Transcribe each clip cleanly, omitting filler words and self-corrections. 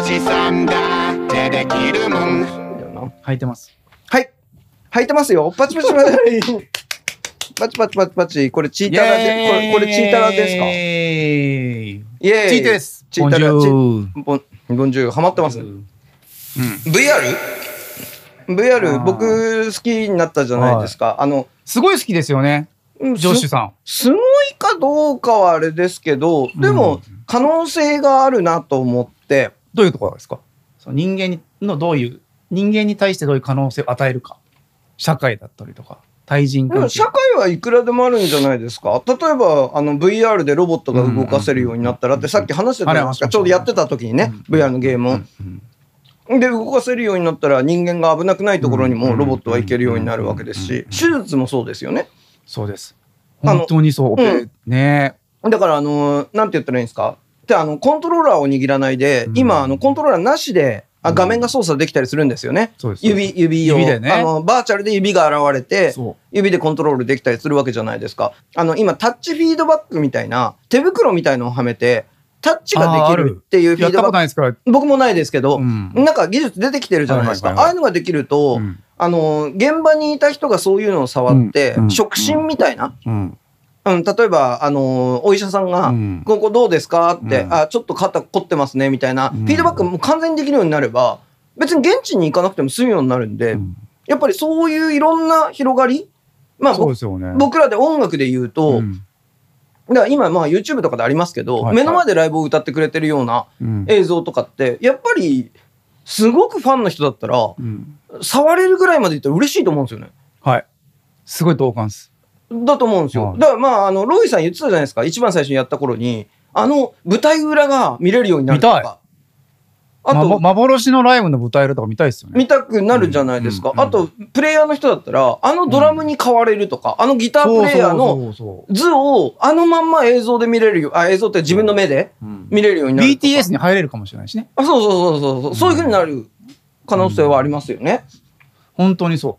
じさんだってできるもん。 履いてます。 はい。履いてますよ。パチパチパチ。パチパチパチパチ。これチータラで、これチータラですか？イエーイ。 チータです。 チータラ。ボンジュールハマってますね。VR 僕好きになったじゃないですか。 すごい好きですよね。ジョッシュさん。 すごいかどうかはあれですけど、でも可能性があるなと思って。 どういうところですか？人間に対してどういう可能性を与えるか。社会だったりとか。対人関係。 社会はいくらでもあるんじゃないですか。例えばVR でロボットが動かせるようになったらってさっき話してたじゃないですか。ちょうどやってた時にね、VR のゲームを。で動かせるようになったら人間が危なくないところにもロボットは行けるようになるわけですし、手術もそうですよね。 そうです。本当にそう。ね。 だからなんて言ったらいいんですか。でコントローラーを握らないで、今コントローラーなしで画面が操作できたりするんですよね。指をでね、 バーチャルで指が現れて指でコントロールできたりするわけじゃないですか。今タッチフィードバックみたいな手袋みたいのをはめてタッチができるっていうフィードバック。僕もないですけど、なんか技術出てきてるじゃないですか。ああいうのができると、現場にいた人がそういうのを触って触診みたいな。例えばお医者さんが「ここどうですか?」って「ちょっと肩凝ってますね」みたいなフィードバックも完全にできるようになれば別に現地に行かなくても済むようになるんで、やっぱりそういういろんな広がり、僕らで音楽で言うと、だから今YouTube とかでありますけど、目の前でライブを歌ってくれてるような映像とかってやっぱりすごくファンの人だったら触れるぐらいまでいったら嬉しいと思うんですよね。 はい、すごい同感です。 だと思うんですよ。だからロイさん言ってたじゃないですか。一番最初にやった頃に舞台裏が見れるようになるとか、あと幻のライブの舞台裏とか見たいですよね。 見たくなるじゃないですか。あとプレイヤーの人だったらドラムに変われるとか、ギタープレイヤーの図をまんま映像で見れるよ。映像って自分の目で見れるようになるとか。 BTS に入れるかもしれないしね。 そういう風になる可能性はありますよね。 本当にそう。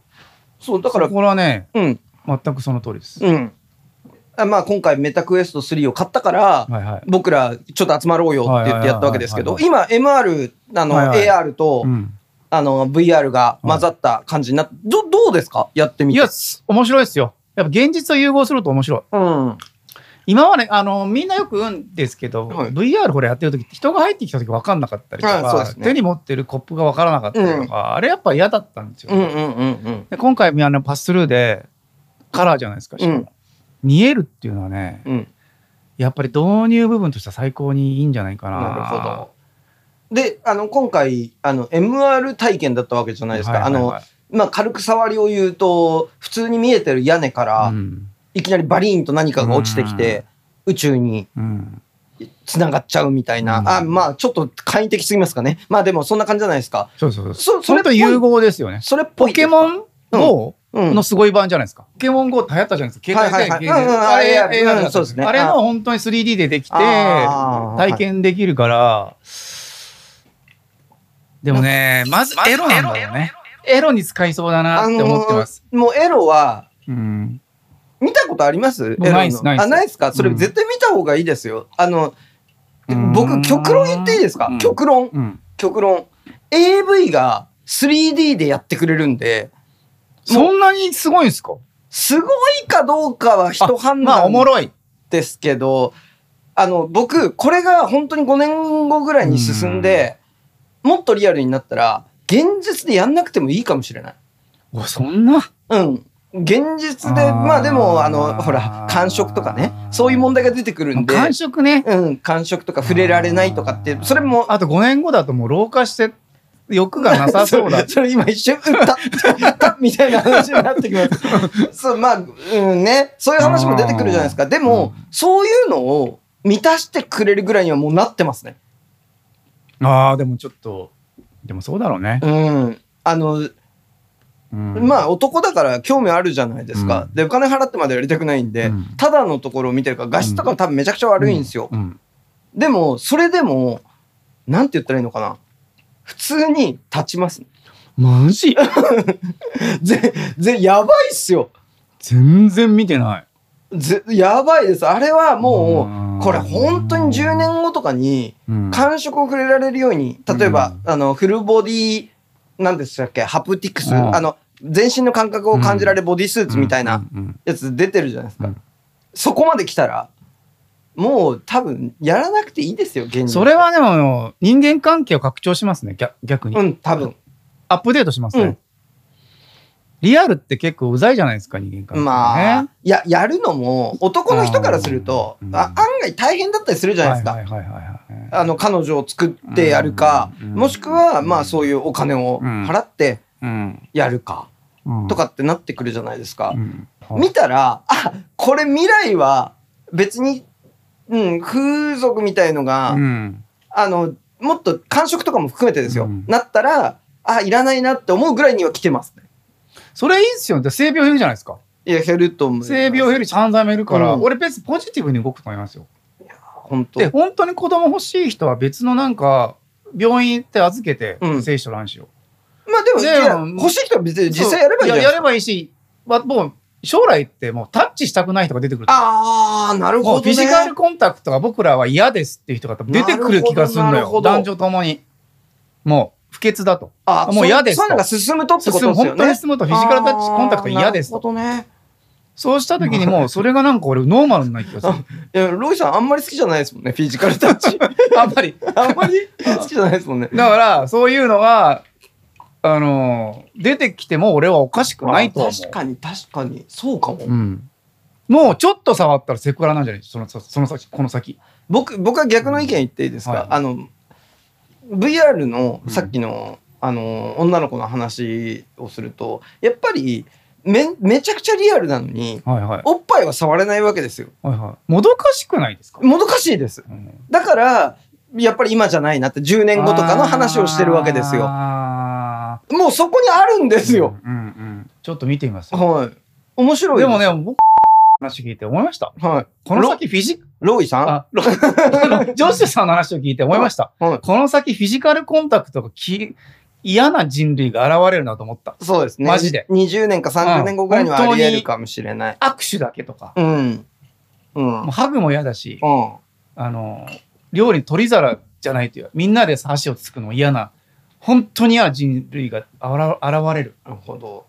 そうだからこれはね、全くその通りです。 今回メタクエスト3を買ったから、僕らちょっと集まろうよって言ってやったわけですけど、今 MR AR とVR が混ざった感じになって、どうですか？やってみて。 いや面白いですよ。やっぱ現実を融合すると面白い。今はねみんなよく言うんですけど、VR これやってる時って人が入ってきた時分かんなかったりとか、手に持ってるコップが分からなかったりとか、あれやっぱ嫌だったんですよ。で今回パススルーでカラーじゃないですか。しかも見えるっていうのはね、やっぱり導入部分としては最高にいいんじゃないかな。 なるほど。で今回MR 体験だったわけじゃないですか。軽く触りを言うと普通に見えてる屋根からいきなりバリーンと何かが落ちてきて宇宙につながっちゃうみたいな。ちょっと簡易的すぎますかね。でもそんな感じじゃないですか。 それと融合ですよね。 それっぽい。 ポケモン GO のすごい版じゃないですか。ポケモン GO って流行ったじゃないですか。携帯であれの本当に 3D でできて体験できるから。でもね、まずエロなんだよね。エロに使いそうだなって思ってます。 もうエロは見たことあります？ ないですか？それ絶対見た方がいいですよ。僕極論言っていいですか？極論 AV が 3D でやってくれるんで。 そんなにすごいんですか？ すごいかどうかは人判断おもろいですけど、僕これが本当に5年後ぐらいに進んでもっとリアルになったら現実でやんなくてもいいかもしれない。 そんな？ 現実ででもほら感触とかね、そういう問題が出てくるんで。 感触ね。 感触とか触れられないとかってそれもあと5年後だともう老化して欲がなさそうだ。 それ今一瞬たみたいな話になってきます。そういう話も出てくるじゃないですか。でもそういうのを満たしてくれるぐらいにはもうなってますね。 でもちょっとでもそうだろうね。 男だから興味あるじゃないですか。でお金払ってまでやりたくないんで、ただのところを見てるから画質とかは多分めちゃくちゃ悪いんですよ。でもそれでもなんて言ったらいいのかな。普通に立ちます。 マジ？ やばいっすよ。 全然見てない。 やばいです。あれはもこれ本当に10年後とかに感触を触れられるように、例えば、フルボディ、何でしたっけ、ハプティクス、全身の感覚を感じられるボディスーツみたいなやつ出てるじゃないですか。そこまで来たら、もう多分やらなくていいですよ、現実。 それはでも、人間関係を拡張しますね、逆に。 多分。 アップデートしますね。リアルって結構うざいじゃないですか、人間関係、ね。 まあ、やるのも、男の人からすると、案外大変だったりするじゃないですか。彼女を作ってやるか、もしくは、まあそういうお金を払ってやるか、とかってなってくるじゃないですか。見たら、あ、これ未来は別に、風俗みたいのが、もっと感触とかも含めてですよ。なったら、あ、いらないなって思うぐらいには来てますね。 それいいっすよね。性病減るじゃないですか。 いや、減ると思う。 性病減るし犯罪も減るから、俺別にポジティブに動くと思いますよ。 いや、本当。 で、本当に子供欲しい人は別のなんか、病院行って預けて、精子と卵子を。 まあでも、欲しい人は別に実際やればいいじゃないですか。 やればいいし、もう、将来ってもうタッチしたくない人が出てくる。 ああ、なるほどね。 フィジカルコンタクトが僕らは嫌ですっていう人が出てくる気がするのよ。男女ともに。もう、不潔だと。もう嫌ですと。 そういうのが進むとってことですよね。 本当に進むとフィジカルタッチコンタクト嫌ですと。 なるほどね。 そうした時にもう、それがなんか俺ノーマルな気がする。 いや、ロイさんあんまり好きじゃないですもんね、フィジカルタッチ。 あんまり好きじゃないですもんね。 だから、そういうのが、出てきても俺はおかしくないと思う。 確かに、そうかも。 もうちょっと触ったらセクハラなんじゃないその先、この先。 僕は逆の意見言っていいですか？VR のさっきの、女の子の話をすると、やっぱりめちゃくちゃリアルなのに、おっぱいは触れないわけですよ。 もどかしくないですか？ もどかしいです。だから、やっぱり今じゃないなって10年後とかの話をしてるわけですよ。もうそこにあるんですよ。 ちょっと見てみます。 はい。面白い。 でもね、僕、話聞いて思いました。 はい。 この先ロイさんジョッシュさんの話を聞いて思いました。この先フィジカルコンタクトが嫌な人類が現れるなと思った。 そうですね。 マジで。 20年か30年後ぐらいにはあり得るかもしれない。 握手だけとか。 もうハグも嫌だし、料理取り皿じゃないという、みんなで箸をつくのも嫌な、本当に嫌な人類が現れる。 なるほど。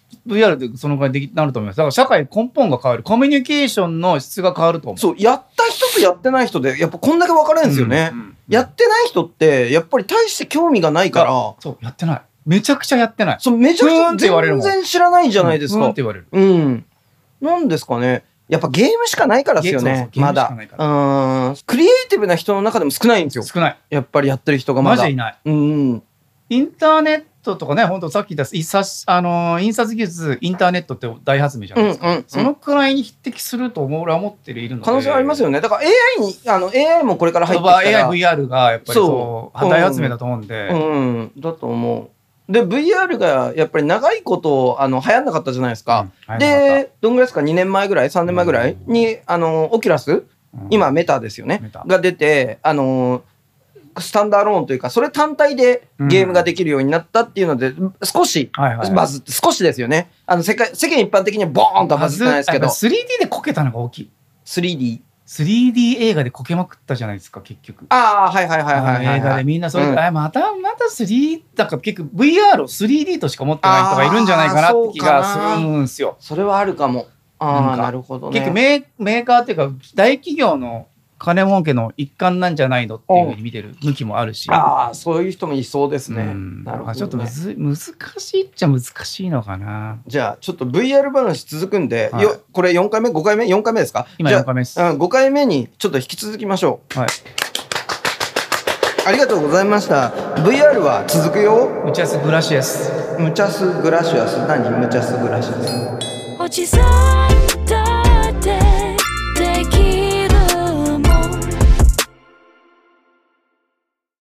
VR でそのぐらいになると思います。だから社会根本が変わる。コミュニケーションの質が変わると思う。 そう、やった人とやってない人で、やっぱこんだけ分かれるんですよね。やってない人って、やっぱり大して興味がないから。 そう、やってない。めちゃくちゃやってない。 そう、めちゃくちゃ全然知らないじゃないですか。 って言われる。 なんですかね。やっぱゲームしかないからですよね。まだ。クリエイティブな人の中でも少ないんですよ。 少ない。 やっぱりやってる人がまだ。 マジいない。インターネットとかね、本当さっき言った印刷技術、インターネットって大発明じゃないですか。そのくらいに匹敵すると俺は思っているので。 可能性ありますよね。だから AI もこれから入ってきたら。 AI、VR がやっぱりそう大発明だと思うんで。 だと思う。で VR がやっぱり長いこと流行んなかったじゃないですか。でどんぐらいですか、2年前ぐらい3年前ぐらいにオキュラス、今メタですよね、が出てスタンダーローンというかそれ単体でゲームができるようになったっていうので少しバズって、少しですよね。世間一般的にはボーンとはバズってないですけど、 3D でこけたのが大きい。 3D 映画でこけまくったじゃないですか結局。 ああ、はいはいはいはいはい。 映画でみんなそれで、また 3D だから結局 VR を 3D としか持ってない人がいるんじゃないかなって気がするんですよ。 それはあるかも。なるほどね。 結局メーカーっていうか大企業の金儲けの一環なんじゃないのっていうふうに見てる向きもあるし。 そういう人もいそうですね。なるほどね。 ちょっと難しいっちゃ難しいのかな。 じゃあちょっと VR 話続くんで、これ4回目5回目4回目ですか？ 今4回目です。 5回目にちょっと引き続きましょう。ありがとうございました。 VR は続くよ。 ムチャスグラシアス。 ムチャスグラシアス。何ムチャスグラシアス。 おじさん